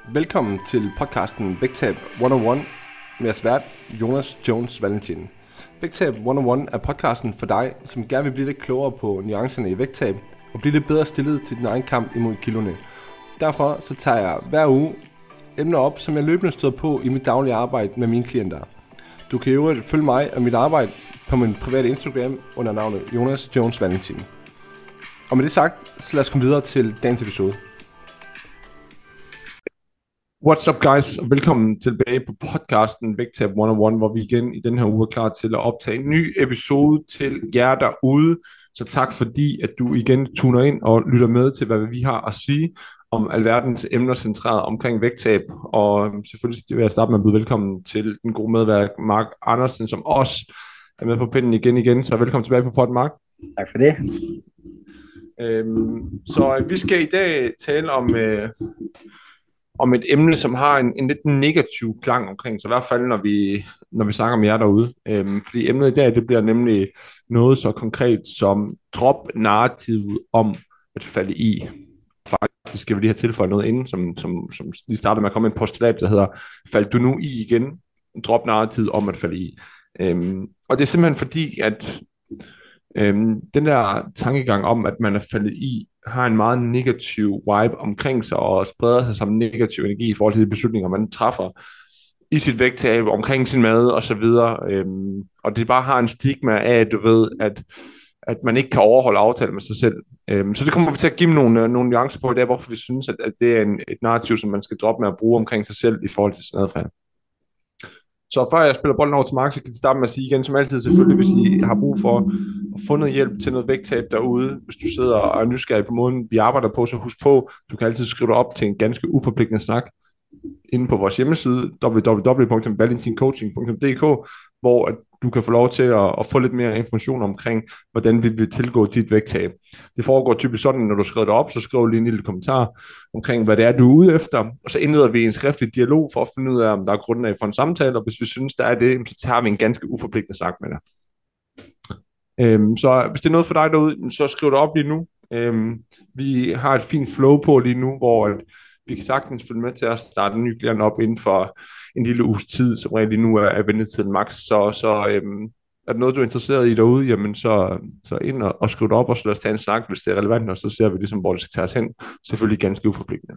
Velkommen til podcasten Vægtab 101 med jeres vært Jonas Jones Valentin. Vægtab 101 er podcasten for dig, som gerne vil blive lidt klogere på nuancerne i vægttab og blive lidt bedre stillet til din egen kamp imod kiloene. Derfor så tager jeg hver uge emner op, som jeg løbende støder på i mit daglige arbejde med mine klienter. Du kan jo følge mig og mit arbejde på min private Instagram under navnet Jonas Jones Valentin. Og med det sagt, så lad os komme videre til dagens episode. What's up guys, og velkommen tilbage på podcasten Vægtab 101, hvor vi igen i den her uge er klar til at optage en ny episode til jer derude. Så tak fordi, at du igen tuner ind og lytter med til, hvad vi har at sige om alverdens emner centreret omkring vægttab. Og selvfølgelig vil jeg starte med at byde velkommen til den gode medvært Mark Andersen, som også er med på pinden igen. Så velkommen tilbage på podden, Mark. Tak for det. Så vi skal i dag tale om et emne, som har en lidt negativ klang omkring, så i hvert fald, når vi snakker om jer derude. Fordi emnet i dag, det bliver nemlig noget så konkret som drop narrativet om at falde i. Faktisk skal vi lige have tilføjet noget inden, som lige startede med at komme en postulat, der hedder, fald du nu i igen, drop narrativet om at falde i. Og det er simpelthen fordi, at den der tankegang om, at man er faldet i, har en meget negativ vibe omkring sig, og spreder sig som negativ energi i forhold til de beslutninger, man træffer i sit vægttab, omkring sin mad og så videre. Og det bare har en stigma af, du ved, at man ikke kan overholde aftaler med sig selv. Så det kommer vi til at give nogle nuancer på i dag, hvorfor vi synes, at det er et narrativ, som man skal droppe med at bruge omkring sig selv i forhold til sin adfærd. Så før jeg spiller bolden over til Mark, så kan jeg starte med at sige igen, som altid selvfølgelig, hvis I har brug for at få noget hjælp til noget vægttab derude, hvis du sidder og er nysgerrig på måden, vi arbejder på, så husk på, du kan altid skrive dig op til en ganske uforpligtende snak inde på vores hjemmeside, www.valentincoaching.dk, hvor du kan få lov til at få lidt mere information omkring, hvordan vi vil tilgå dit vægttab. Det foregår typisk sådan, når du skriver det op, så skriver du lige en lille kommentar omkring, hvad det er, du er ude efter, og så indleder vi en skriftlig dialog for at finde ud af, om der er grundlag for en samtale, og hvis vi synes, der er det, så tager vi en ganske uforpligtende snak med dig. Så hvis det er noget for dig derude, så skriv det op lige nu. Vi har et fint flow på lige nu, hvor vi kan sagtens følge med til at starte en ny klient op inden for en lille uges tid, som rigtig nu er ventetiden max. Så er det noget, du er interesseret i derude, jamen så ind og skriv det op, og så lad os tage en snak, hvis det er relevant, og så ser vi ligesom, hvor det skal tages hen. Selvfølgelig ganske uforpligtende.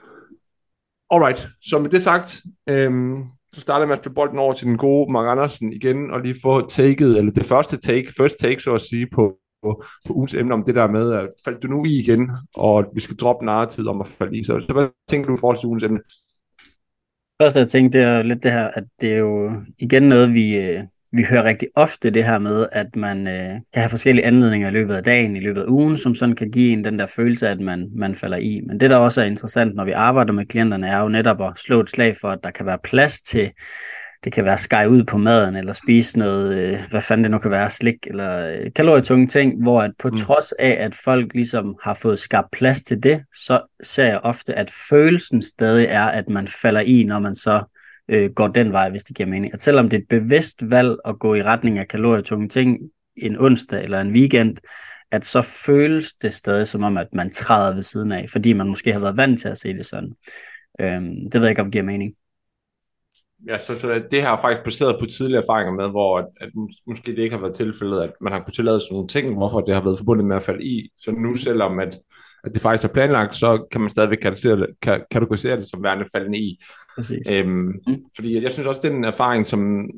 Alright, så med det sagt, så starter jeg med at spille bolden over til den gode Mark Andersen igen, og lige få taket, eller det første take, first take, så at sige, på ugens emne om det der med, at faldt du nu i igen, og vi skal droppe narrativet om at falde i. Så hvad tænker du i forhold til ugens emne? Først jeg tænkte, det er lidt det her, at det er jo igen noget, vi hører rigtig ofte, det her med, at man kan have forskellige anledninger i løbet af dagen, i løbet af ugen, som sådan kan give en den der følelse af, at man falder i. Men det, der også er interessant, når vi arbejder med klienterne, er jo netop at slå et slag for, at der kan være plads til, det kan være skære ud på maden, eller spise noget, hvad fanden det nu kan være, slik, eller kalorietunge ting, hvor at på trods af, at folk ligesom har fået skabt plads til det, så ser jeg ofte, at følelsen stadig er, at man falder i, når man så går den vej, hvis det giver mening. At selvom det er et bevidst valg at gå i retning af kalorietunge ting en onsdag eller en weekend, at så føles det stadig som om, at man træder ved siden af, fordi man måske har været vant til at se det sådan. Det ved jeg ikke, om det giver mening. Ja, så det her er faktisk baseret på tidligere erfaringer med, hvor at måske det ikke har været tilfældet, at man har kunnet tillade sig nogle ting, hvorfor det har været forbundet med at falde i. Så nu selvom at det faktisk er planlagt, så kan man stadigvæk kategorisere det som værende faldende i. Fordi jeg synes også, det er en erfaring,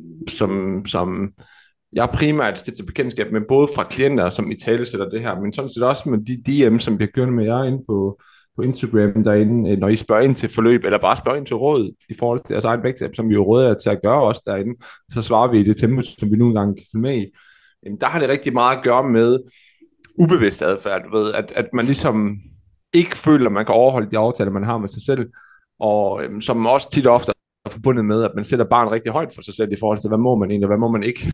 som jeg primært stifter bekendtskab med, både fra klienter, som i tale sætter det her, men sådan set også med de DM, som bliver kørt med jer inde på Instagram derinde, når I spørger ind til forløb, eller bare spørger ind til råd i forhold til jeres egen vægttab, som vi jo råder til at gøre også derinde, så svarer vi i det tempo, som vi nu engang kan følge med i. Der har det rigtig meget at gøre med ubevidst adfærd, du ved, at man ligesom ikke føler, at man kan overholde de aftaler, man har med sig selv, og som også tit og ofte er forbundet med, at man sætter barnet rigtig højt for sig selv i forhold til, hvad må man egentlig, og hvad må man ikke.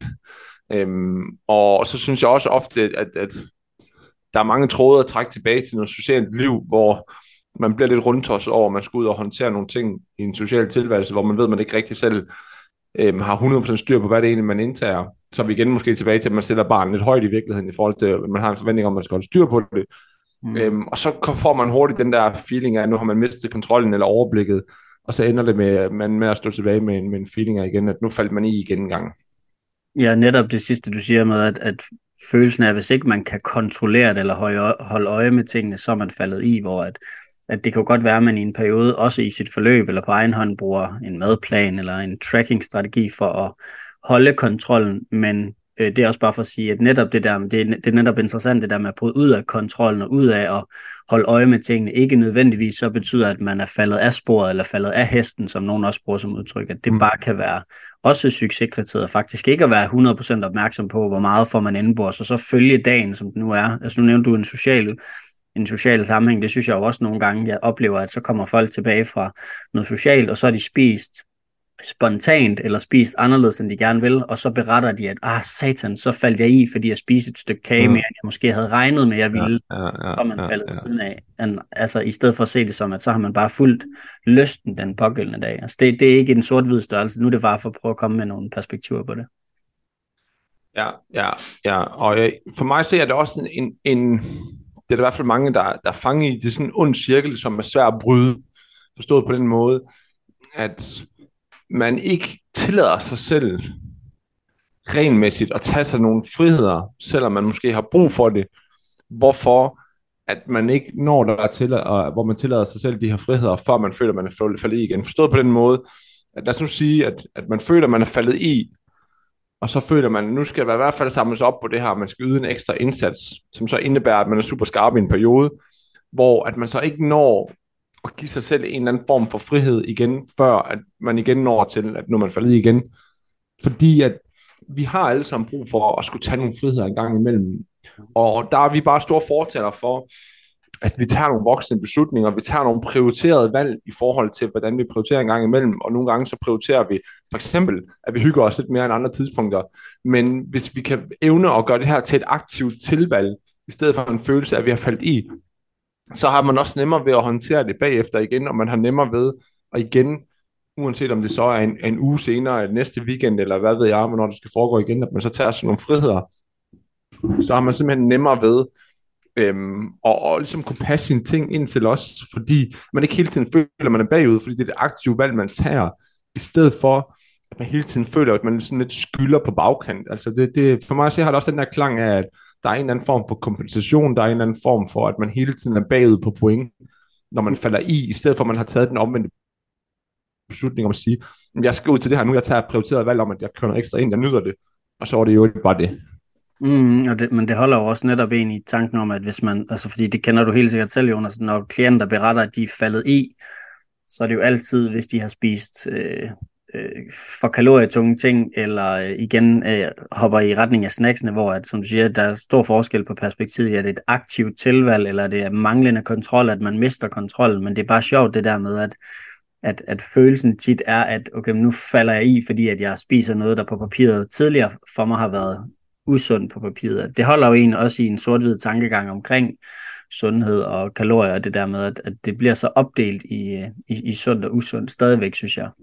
Og så synes jeg også ofte, at der er mange tråde at trække tilbage til noget socialt liv, hvor man bliver lidt rundtosset over, at man skal ud og håndtere nogle ting i en social tilværelse, hvor man ved, at man ikke rigtig selv har 100% styr på, hvad det egentlig man indtager. Så er vi igen måske tilbage til, at man sætter barnet lidt højt i virkeligheden, i forhold til, at man har en forventning om, at man skal holde styr på det, Og så får man hurtigt den der feeling af, at nu har man mistet kontrollen eller overblikket, og så ender det med at stå tilbage med en feeling af igen, at nu faldt man i igen en gang. Ja, netop det sidste, du siger med, at følelsen af, hvis ikke man kan kontrollere det eller holde øje med tingene, så er man faldet i, hvor at det kan jo godt være, at man i en periode, også i sit forløb eller på egen hånd, bruger en madplan eller en tracking-strategi for at holde kontrollen, men det er også bare for at sige, at netop det der, det er netop interessant, det der med at bryde ud af kontrollen og ud af at holde øje med tingene, ikke nødvendigvis så betyder, at man er faldet af sporet eller faldet af hesten, som nogen også bruger som udtryk, at det bare kan være også succeskriteriet, faktisk ikke at være 100% opmærksom på, hvor meget får man indenbords, og så følge dagen, som det nu er. Altså nu nævnte du en social sammenhæng, det synes jeg jo også nogle gange, jeg oplever, at så kommer folk tilbage fra noget socialt, og så har de spist spontant, eller spist anderledes, end de gerne vil, og så beretter de, at satan, så faldt jeg i, fordi jeg spiste et stykke kage mere, end jeg måske havde regnet med, jeg ville, og man faldet ved siden af. Altså, i stedet for at se det som, at så har man bare fulgt lysten den pågældende dag. Altså, det er ikke en sort-hvid størrelse, nu er det bare for at prøve at komme med nogle perspektiver på det. Ja, og for mig ser jeg det også en det er der i hvert fald mange, der er fanget i, det er sådan en ond cirkel, som er svær at bryde, forstået på den måde, at man ikke tillader sig selv regelmæssigt at tage sig nogle friheder, selvom man måske har brug for det. Hvorfor at man ikke når der til, hvor man tillader sig selv de her friheder, før man føler, at man er faldet i igen. Forstået på den måde, at lad os nu sige, at man føler, at man er faldet i, og så føler man, at nu skal der i hvert fald samles op på det her, man skal yde en ekstra indsats, som så indebærer, at man er super skarp i en periode, hvor at man så ikke når at give sig selv en eller anden form for frihed igen, før at man igen når til, at nu er man faldet i igen. Fordi at vi har alle sammen brug for at skulle tage nogle friheder en gang imellem. Og der er vi bare store fortalere for, at vi tager nogle voksne beslutninger, vi tager nogle prioriterede valg i forhold til, hvordan vi prioriterer en gang imellem, og nogle gange så prioriterer vi for eksempel, at vi hygger os lidt mere end andre tidspunkter. Men hvis vi kan evne at gøre det her til et aktivt tilvalg, i stedet for en følelse af, at vi har faldet i, så har man også nemmere ved at håndtere det bagefter igen, og man har nemmere ved at igen, uanset om det så er en uge senere, eller næste weekend, eller hvad ved jeg, hvornår det skal foregå igen, at man så tager sådan nogle friheder, så har man simpelthen nemmere ved og ligesom kunne passe sine ting ind til os, fordi man ikke hele tiden føler, at man er bagud, fordi det er det aktive valg, man tager, i stedet for, at man hele tiden føler, at man sådan lidt skylder på bagkant. Altså for mig så har det også den der klang af, at der er en eller anden form for kompensation, der er en eller anden form for, at man hele tiden er bagud på point, når man falder i stedet for, at man har taget den omvendte beslutning om at sige, jeg skal ud til det her nu, jeg tager et prioriteret valg om, at jeg kører noget ekstra ind, jeg nyder det, og så er det jo ikke bare det. Men det holder jo også netop en i tanken om, at hvis man, altså fordi det kender du helt sikkert selv, Jonas, når klienter beretter, at de er faldet i, så er det jo altid, hvis de har spist for kalorietunge ting, eller igen hopper i retning af snacksene, hvor, at, som du siger, der er stor forskel på perspektivet, at det er et aktivt tilvalg, eller det er manglende kontrol, at man mister kontrollen, men det er bare sjovt det der med, at følelsen tit er, at okay, nu falder jeg i, fordi at jeg spiser noget, der på papiret tidligere for mig har været usundt på papiret. Det holder jo en også i en sort-hvid tankegang omkring sundhed og kalorier, og det der med, at det bliver så opdelt i sundt og usundt stadigvæk, synes jeg.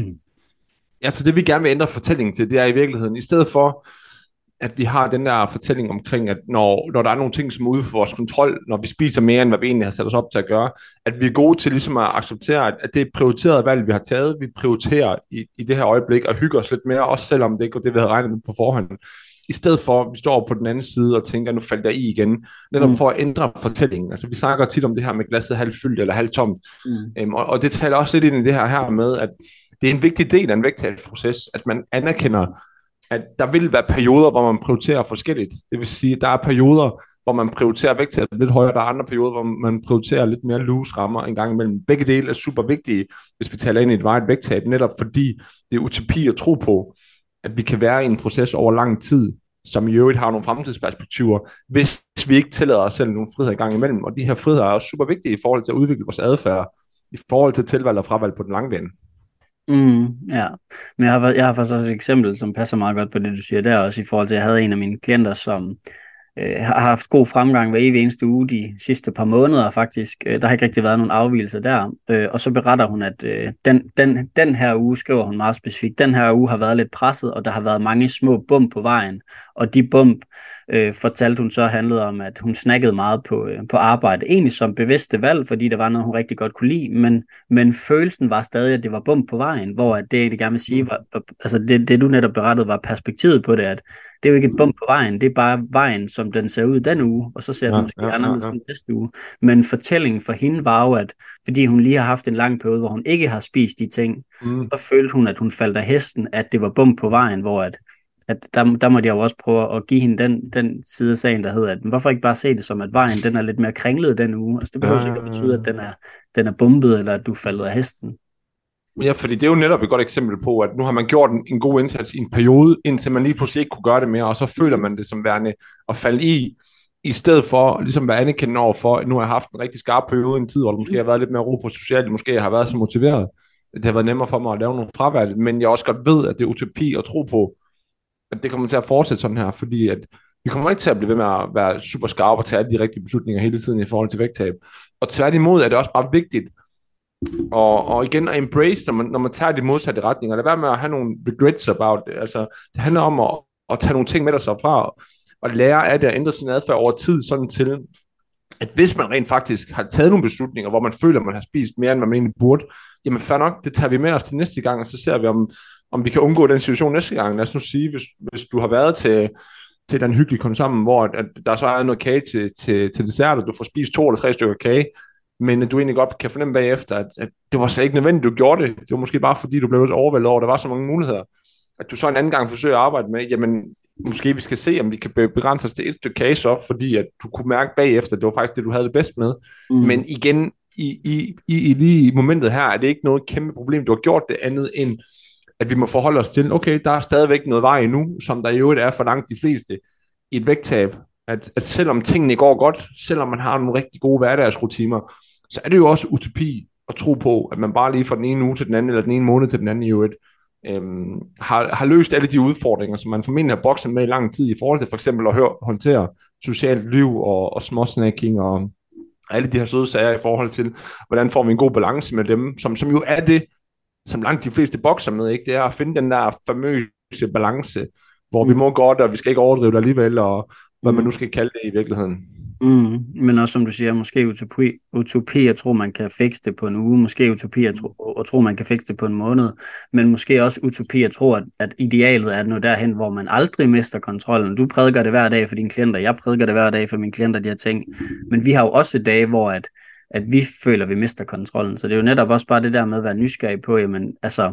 Ja, så det vi gerne vil ændre fortællingen til, det er i virkeligheden, i stedet for, at vi har den der fortælling omkring, at når der er nogle ting, som er ude for vores kontrol, når vi spiser mere, end hvad vi egentlig har sat os op til at gøre, at vi er gode til ligesom at acceptere, at det er prioriteret valg, vi har taget. Vi prioriterer i det her øjeblik og hygger os lidt mere, også selvom det ikke var det, vi havde regnet med på forhånd. I stedet for, at vi står på den anden side og tænker, nu faldt jeg i igen. Netop for at ændre fortællingen. Altså, vi snakker tit om det her med glasset halvfyldt eller halvtomt. Og det taler også lidt ind i det her med, at det er en vigtig del af en vægttabsproces, at man anerkender, at der vil være perioder, hvor man prioriterer forskelligt. Det vil sige, at der er perioder, hvor man prioriterer vægttab lidt højere, der er andre perioder, hvor man prioriterer lidt mere loose rammer en gang imellem. Begge dele er super vigtige, hvis vi taler ind i et varigt vægttab, netop fordi det er utopi at tro på, at vi kan være i en proces over lang tid, som i øvrigt har nogle fremtidsperspektiver, hvis vi ikke tillader os selv nogle friheder i gang imellem. Og de her friheder er også super vigtige i forhold til at udvikle vores adfærd, i forhold til tilvalg og fravalg på den lange bane. Ja, men jeg har faktisk også et eksempel, som passer meget godt på det, du siger der, også i forhold til, at jeg havde en af mine klienter, som har haft god fremgang hver evig eneste uge de sidste par måneder faktisk. Der har ikke rigtig været nogen afvigelser der. Og så beretter hun, at den her uge, skriver hun meget specifikt, den her uge har været lidt presset, og der har været mange små bump på vejen. Og de bump fortalte hun så handlede om, at hun snakkede meget på arbejde. Egentlig som bevidste valg, fordi der var noget, hun rigtig godt kunne lide, men følelsen var stadig, at det var bump på vejen, hvor at det, jeg gerne vil sige, altså det du netop berettede, var perspektivet på det, at det er jo ikke et bump på vejen, det er bare vejen, som den ser ud den uge, og så ser den måske anderledes den næste uge. Men fortællingen for hende var jo, at fordi hun lige har haft en lang periode, hvor hun ikke har spist de ting, så følte hun, at hun faldt af hesten, at det var bump på vejen, hvor at der måtte jeg jo også prøve at give hende den side af sagen, der hedder, at hvorfor ikke bare se det som, at vejen den er lidt mere kringlet den uge? Altså det behøver ikke at betyde, at den er bumpet, eller at du faldet af hesten. Ja, fordi det er jo netop et godt eksempel på, at nu har man gjort en god indsats i en periode, indtil man lige pludselig ikke kunne gøre det mere, og så føler man det som værende at falde i stedet for ligesom være anerkendende over for, at nu har jeg haft en rigtig skarp periode i en tid, hvor der måske har været lidt mere ro på socialt, måske jeg har været så motiveret, det har været nemmere for mig at lave nogle fraværd, men jeg også godt ved, at det er utopi at tro på, at det kommer til at fortsætte sådan her, fordi at vi kommer ikke til at blive ved med at være super skarpe og tage alle de rigtige beslutninger hele tiden i forhold til vægttab. Og tværtimod er det også bare vigtigt, og igen at embrace, når man tager de modsatte retninger. Lad være med at have nogle regrets about det. Altså, det handler om at tage nogle ting med sig fra, og lære af det og ændre sin adfærd over tid, sådan til, at hvis man rent faktisk har taget nogle beslutninger, hvor man føler, at man har spist mere, end man egentlig burde, jamen fair nok, det tager vi med os til næste gang, og så ser vi, om vi kan undgå den situation næste gang. Lad os nu sige, hvis du har været til den hyggelige kom sammen, hvor at der så er noget kage til dessert, og du får spist 2 eller 3 stykker kage, men du egentlig godt kan fornemme bagefter, at det var så ikke nødvendigt, du gjorde det. Det var måske bare fordi, du blev lidt overvældet over, der var så mange muligheder. At du så en anden gang forsøger at arbejde med, jamen måske vi skal se, om vi kan begrænse os til et stykke kage så, fordi at du kunne mærke bagefter, at det var faktisk det, du havde det bedst med. Men igen, lige i momentet her, er det ikke noget kæmpe problem. Du har gjort det andet end, at vi må forholde os til, okay, der er stadigvæk noget vej endnu, som der i øvrigt er for langt de fleste i et vægttab. At selvom tingene går godt, selvom man har nogle rigtig gode hverdagsrutiner, så er det jo også utopi at tro på, at man bare lige fra den ene uge til den anden, eller den ene måned til den anden i øvrigt, har løst alle de udfordringer, som man formentlig har bokset med i lang tid, i forhold til for eksempel at håndtere socialt liv og småsnacking og alle de her søde sager i forhold til, hvordan får vi en god balance med dem, som jo er det, som langt de fleste bokser med, ikke? Det er at finde den der famøse balance, hvor vi må godt, og vi skal ikke overdrive det alligevel, og hvad man nu skal kalde det i virkeligheden. Men også som du siger, måske utopi at tro, man kan fikse det på en uge, måske utopi at tro, man kan fikse det på en måned, men måske også utopi at tro, at idealet er nu derhen, hvor man aldrig mister kontrollen. Du prædiker det hver dag for dine klienter, jeg prædiker det hver dag for mine klienter, de her ting, men vi har jo også dage, hvor at vi føler, at vi mister kontrollen. Så det er jo netop også bare det der med at være nysgerrig på, jamen, altså,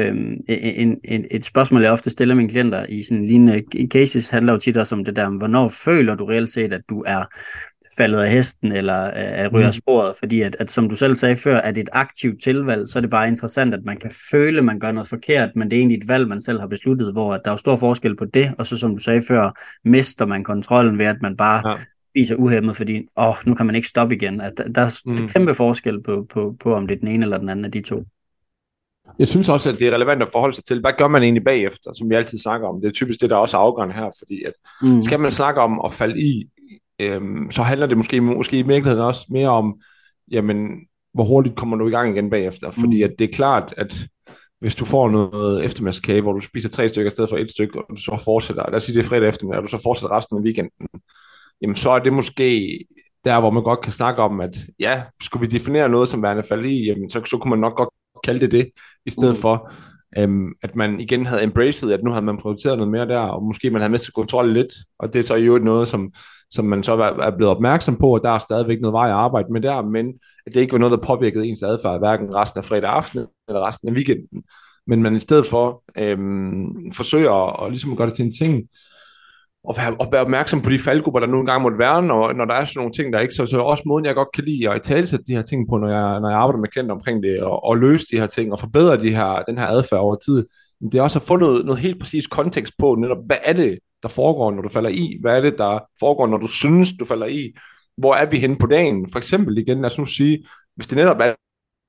et spørgsmål, jeg ofte stiller mine klienter i sådan lignende cases, handler jo tit også om det der, hvornår føler du reelt set, at du er faldet af hesten, eller ryger af sporet, fordi at som du selv sagde før, at det er et aktivt tilvalg, så er det bare interessant, at man kan føle, at man gør noget forkert, men det er egentlig et valg, man selv har besluttet, hvor der er stor forskel på det, og så som du sagde før, mister man kontrollen ved, at man bare spiser uhæmmet, fordi nu kan man ikke stoppe igen. At der er kæmpe forskel på, om det er den ene eller den anden af de to. Jeg synes også, at det er relevant at forholde sig til, hvad gør man egentlig bagefter, som vi altid snakker om. Det er typisk det, der er også afgørende her, fordi at skal man snakke om at falde i, så handler det måske i virkeligheden også mere om, jamen, hvor hurtigt kommer du i gang igen bagefter. Fordi at det er klart, at hvis du får noget eftermiddagskage, hvor du spiser 3 stykker i stedet for 1 stykke, og du så fortsætter, lad os sige det er fredag eftermiddag, og du så fortsætter resten af weekenden, jamen så er det måske der, hvor man godt kan snakke om, at ja, skulle vi definere noget som værende falde i, jamen så kunne man nok godt kalde det, i stedet for, at man igen havde embraced, at nu havde man prioriteret noget mere der, og måske man havde mistet kontrol lidt, og det er så i øvrigt noget, som man så er blevet opmærksom på, og der er stadigvæk noget vej at arbejde med der, men at det ikke var noget, der påvirkede ens adfærd, hverken resten af fredag aften, eller resten af weekenden, men man i stedet for forsøger at ligesom gøre det til en ting, og være opmærksom på de faldgrupper, der nogle gange måtte være, når der er sådan nogle ting, der ikke, så også måden, jeg godt kan lide at italesætte de her ting på, når jeg arbejder med klienter omkring det, og løse de her ting, og forbedre den her adfærd over tid. Men det er også at få noget helt præcis kontekst på, netop, hvad er det, der foregår, når du falder i? Hvad er det, der foregår, når du synes, du falder i? Hvor er vi henne på dagen? For eksempel igen, lad os nu sige, hvis det netop er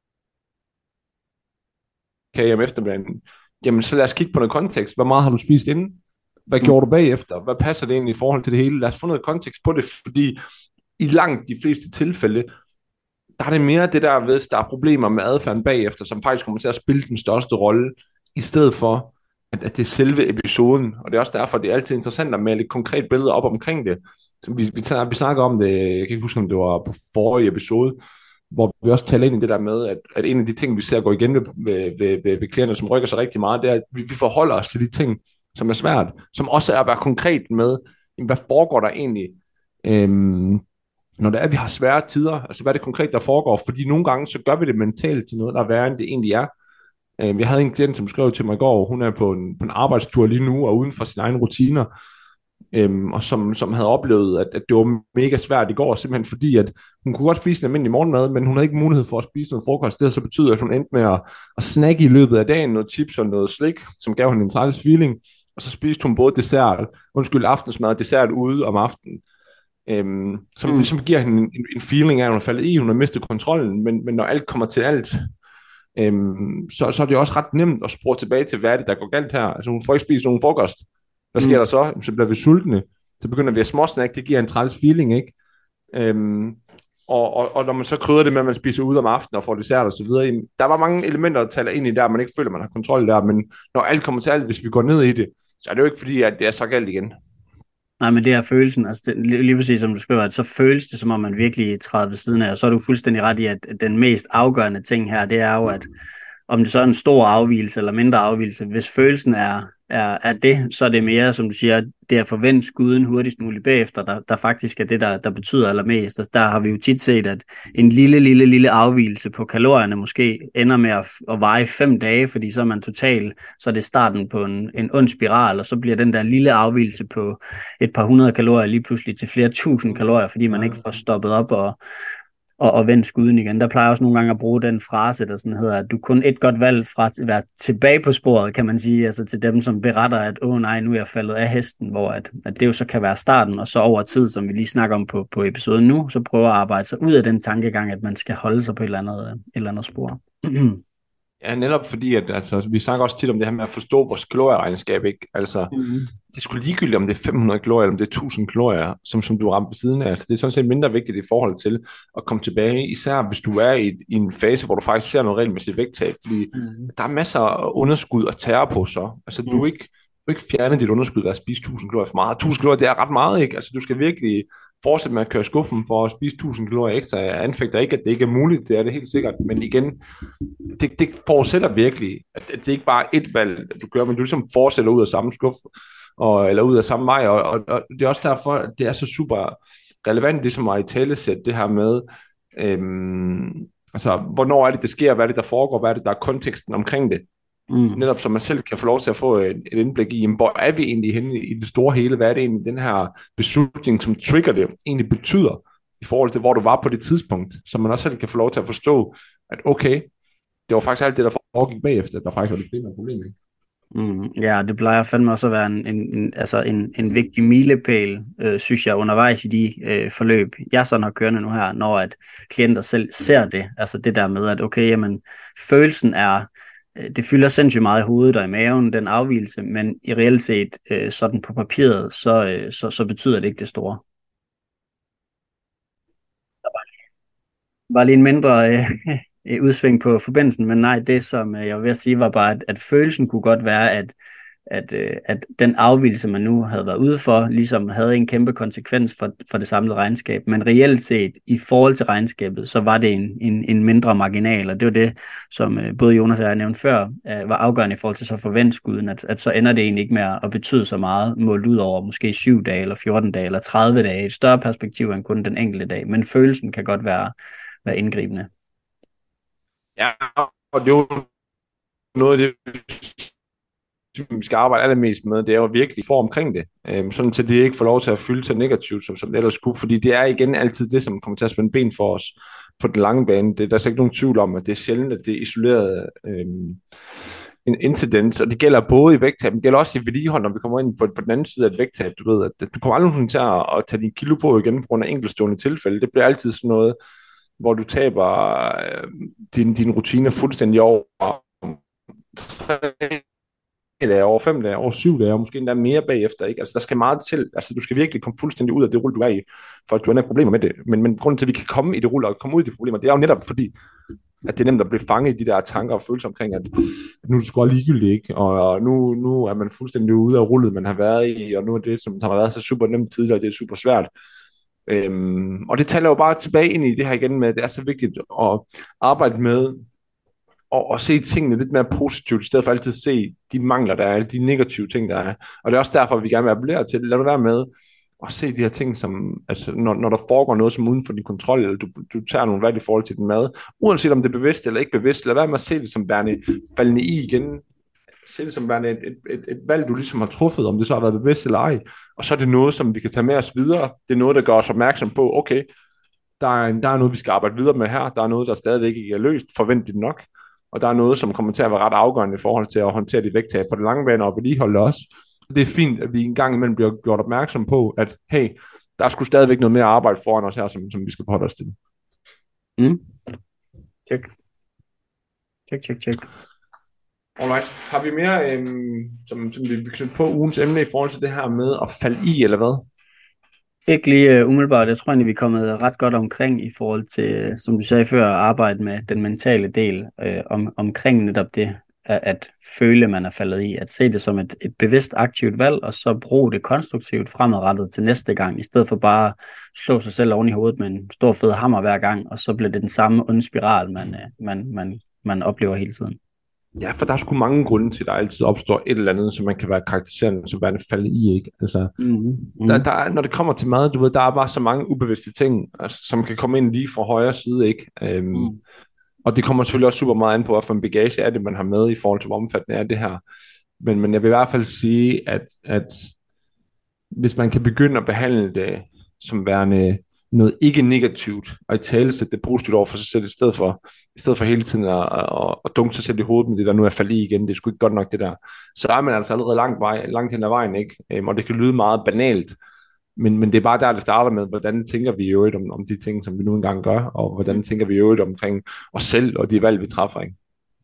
kage om eftermiddagen, jamen så lad os kigge på noget kontekst. Hvor meget har du spist inden? Hvad gjorde du bagefter? Hvad passer det egentlig i forhold til det hele? Lad os få noget kontekst på det, fordi i langt de fleste tilfælde, der er det mere det der, hvis der er problemer med adfærden bagefter, som faktisk kommer til at spille den største rolle, i stedet for, at det er selve episoden, og det er også derfor, det er altid interessant at male et konkret billede op omkring det. Så vi snakker om det, jeg kan ikke huske, om det var på forrige episode, hvor vi også taler ind i det der med, at en af de ting, vi ser gå igen ved klienter, som rykker sig rigtig meget, det er, at vi forholder os til de ting, som er svært, som også er at være konkret med, jamen, hvad foregår der egentlig, øhm, når det er, at vi har svære tider, altså hvad er det konkret, der foregår, fordi nogle gange, så gør vi det mentalt til noget, der er værre, end det egentlig er. Jeg havde en klient, som skrev til mig i går, hun er på en arbejdstur lige nu, og uden for sine egne rutiner, og som havde oplevet, at det var mega svært i går, simpelthen fordi, at hun kunne godt spise en almindelig morgenmad, men hun havde ikke mulighed for at spise noget frokost. Det havde så betydet, at hun endte med at snakke i løbet af dagen, noget chips og noget slik, som gav hende en træls feeling, og så spiste hun både aftensmad og dessert ude om aftenen, som ligesom giver hende en feeling af, at hun er faldet i, hun har mistet kontrollen, men når alt kommer til alt, så er det også ret nemt at spore tilbage til, hvad er det, der går galt her. Altså hun får ikke spist nogen frokost. Hvad sker der så? Så bliver vi sultne. Så begynder vi at småsnakke. Det giver en træls feeling, ikke? Øhm, og når man så krydder det med, at man spiser ud om aftenen og får dessert og så videre, jamen, der var mange elementer, der taler ind i der, man ikke føler, man har kontrol der, men når alt kommer til alt, hvis vi går ned i det, så er det jo ikke fordi, at det er så galt igen. Nej, men det er følelsen, altså det, lige præcis som du skriver, at så føles det, som om man virkelig træder ved siden af, og så er du fuldstændig ret i, at den mest afgørende ting her, det er jo, at om det så er en stor afvigelse eller mindre afvigelse, hvis følelsen er det, så er det mere, som du siger, det at forvente skuden hurtigst muligt bagefter, der faktisk er det, der betyder allermest. Altså, der har vi jo tit set, at en lille afvigelse på kalorierne måske ender med at veje 5 dage, fordi så er man så er det starten på en ond spiral, og så bliver den der lille afvigelse på et par hundrede kalorier lige pludselig til flere tusind kalorier, fordi man ikke får stoppet op og vende skuden igen. Der plejer jeg også nogle gange at bruge den frase, der sådan hedder, at du kun et godt valg fra at være tilbage på sporet, kan man sige, altså til dem, som beretter, at nej, nu er jeg faldet af hesten, hvor at det jo så kan være starten, og så over tid, som vi lige snakker om på episoden nu, så prøver at arbejde sig ud af den tankegang, at man skal holde sig på et eller andet spor. Ja, netop fordi, at altså, vi snakker også tit om det her med at forstå vores kalorieregnskab, ikke? Altså, det er sgu ligegyldigt, om det er 500 kalorier, eller om det er 1000 kalorier, som du rammer på siden af. Altså, det er sådan set mindre vigtigt i forhold til at komme tilbage, især hvis du er i en fase, hvor du faktisk ser noget regelmæssigt vægttab, fordi der er masser af underskud at tære på så. Altså, du ikke fjerne dit underskud ved at spise 1000 kalorier for meget. 1000 kalorier, det er ret meget, ikke? Altså, du skal virkelig fortsætte med at køre skuffen for at spise 1000 kalorier ekstra. Jeg anfægter ikke, at det ikke er muligt, det er det helt sikkert, men igen, det forudsætter virkelig, at det ikke bare er et valg, du gør, men du ligesom fortsætter ud af samme skuf, eller ud af samme vej, og det er også derfor, at det er så super relevant, ligesom at i talesætte det her med, altså, hvornår er det, det sker, hvad er det, der foregår, hvad er det, der er konteksten omkring det. Netop så man selv kan få lov til at få et indblik i, hvor er vi egentlig henne i det store hele, hvad er det egentlig, den her beslutning, som trigger det, egentlig betyder, i forhold til, hvor du var på det tidspunkt, så man også selv kan få lov til at forstå, at okay, det var faktisk alt det, der foregik bagefter, der faktisk var det primære problem, ikke? Ja, det plejer fandme også at være en vigtig milepæl, synes jeg, undervejs i de forløb, jeg sådan har kørende nu her, når at klienter selv ser det, altså det der med, at okay, jamen, følelsen det fylder sindssygt meget i hovedet og i maven, den afvigelse, men i reelt set, sådan på papiret, så betyder det ikke det store. Der var lige en mindre udsving på forbindelsen, men nej, det som jeg var ved at sige, var bare, at følelsen kunne godt være, at den afvigelse, man nu havde været ude for, ligesom havde en kæmpe konsekvens for det samlede regnskab. Men reelt set, i forhold til regnskabet, så var det en mindre marginal, og det var det, som både Jonas og jeg nævnte før, var afgørende i forhold til så forventskuden, at så ender det egentlig ikke med at betyde så meget, målt ud over måske 7 dage, eller 14 dage, eller 30 dage, et større perspektiv end kun den enkelte dag. Men følelsen kan godt være indgribende. Ja, og det er jo noget af det, vi skal arbejde allermest med, det er jo virkelig for omkring det, sådan til det ikke får lov til at fylde sig negativt, som det ellers kunne, fordi det er igen altid det, som kommer til at spænde ben for os på den lange bane. Der er slet ikke nogen tvivl om, at det er sjældent, at det er isoleret en incident, og det gælder både i vægttab, men det gælder også i vedligehold, når vi kommer ind på den anden side af et vægttab. Du ved, at du kommer aldrig til at tage din kilo på igen på grund af enkeltstående tilfælde. Det bliver altid sådan noget, hvor du taber din rutine fuldstændig over 3 dage, over 5 dage, over 7 dage, og måske endda mere bagefter, ikke? Altså, der skal meget til. Altså, du skal virkelig komme fuldstændig ud af det rulle, du er i, for at du har problemer med det. Men grunden til, at vi kan komme i det rulle og komme ud i de problemer, det er jo netop fordi, at det er nemt at blive fanget i de der tanker og følelser omkring, at nu er det sgu ligegyldigt, ikke? Og nu er man fuldstændig ude af rullet, man har været i, og nu er det, som har været så super nemt tidligere, det er super svært. Og det taler jo bare tilbage ind i det her igen med, at det er så vigtigt at arbejde med og se tingene lidt mere positivt, i stedet for altid at se de mangler, der er, alle de negative ting, der er. Og det er også derfor, vi gerne vil appellere til, lad du være med at se de her ting, som, altså, når der foregår noget som uden for din kontrol, eller du tager nogle valg i forhold til din mad, uanset om det er bevidst eller ikke bevidst, lad være med at se det som værende faldende i igen, se det som værende et valg, du ligesom har truffet, om det så har været bevidst eller ej, og så er det noget, som vi kan tage med os videre, det er noget, der gør os opmærksom på, okay, der er noget, vi skal arbejde videre med her, der er noget, der stadigvæk ikke er løst, forventeligt nok, og der er noget, som kommer til at være ret afgørende i forhold til at håndtere de vægttab på det lange bane og vedligeholde det også. Det er fint, at vi en gang imellem bliver gjort opmærksom på, at hey, der er sgu stadigvæk noget mere arbejde foran os her, som vi skal forholde os til. Mm. Check. Check. Alright. Har vi mere, som vi vil knytte på ugens emne i forhold til det her med at falde i, eller hvad? Ikke lige umiddelbart. Jeg tror egentlig, vi er kommet ret godt omkring i forhold til, som du sagde før, at arbejde med den mentale del omkring netop det, at føle, man er faldet i. At se det som et bevidst aktivt valg, og så bruge det konstruktivt fremadrettet til næste gang, i stedet for bare at slå sig selv oven i hovedet med en stor fed hammer hver gang, og så bliver det den samme onde spiral, man oplever hele tiden. Ja, for der er sgu mange grunde til, at der altid opstår et eller andet, som man kan være karakteriserende, som værende falde i, ikke? Altså, Der er, når det kommer til mad, du ved, der er bare så mange ubevidste ting, altså, som kan komme ind lige fra højre side, ikke? Og det kommer selvfølgelig også super meget an på, hvad for en bagage er det, man har med i forhold til, hvor omfattende er det her. Men jeg vil i hvert fald sige, at hvis man kan begynde at behandle det som værende noget ikke negativt, og i tale sætte det positivt over for sig selv, i stedet for hele tiden at dunke sig selv i hovedet med det, der nu er faldet i igen, det er sgu ikke godt nok det der, så er man altså allerede langt hen ad vejen, ikke? Og det kan lyde meget banalt, men det er bare der, det starter med, hvordan tænker vi i øvrigt om de ting, som vi nu engang gør, og hvordan tænker vi i øvrigt omkring os selv, og de valg, vi træffer, ikke?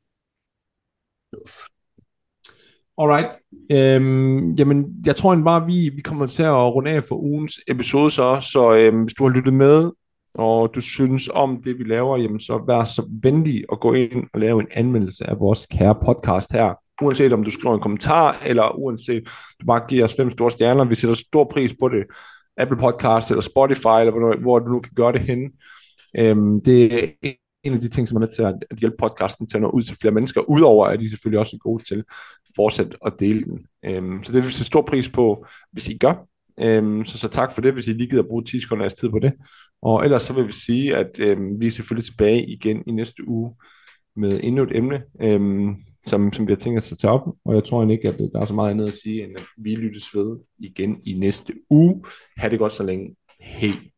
Alright. Jamen, jeg tror egentlig bare, vi kommer til at runde af for ugens episode så hvis du har lyttet med, og du synes om det, vi laver, jamen så vær så venlig at gå ind og lave en anmeldelse af vores kære podcast her. Uanset om du skriver en kommentar, eller uanset du bare giver os 5 store stjerner. Vi sætter stor pris på det. Apple Podcast eller Spotify, eller hvor du nu kan gøre det henne. Det er en af de ting, som er med til at hjælpe podcasten til at nå ud til flere mennesker, udover at de selvfølgelig også er gode til fortsat at dele den. Så det vil vi sætte stor pris på, hvis I gør. Så tak for det, hvis I lige gider at bruge 10 sekunder af tid på det. Og ellers så vil vi sige, at vi er selvfølgelig tilbage igen i næste uge med endnu et emne, som vi har tænkt os at tage op. Og jeg tror egentlig ikke, at der er så meget andet at sige, end at vi lyttes ved igen i næste uge. Ha' det godt så længe. Hej.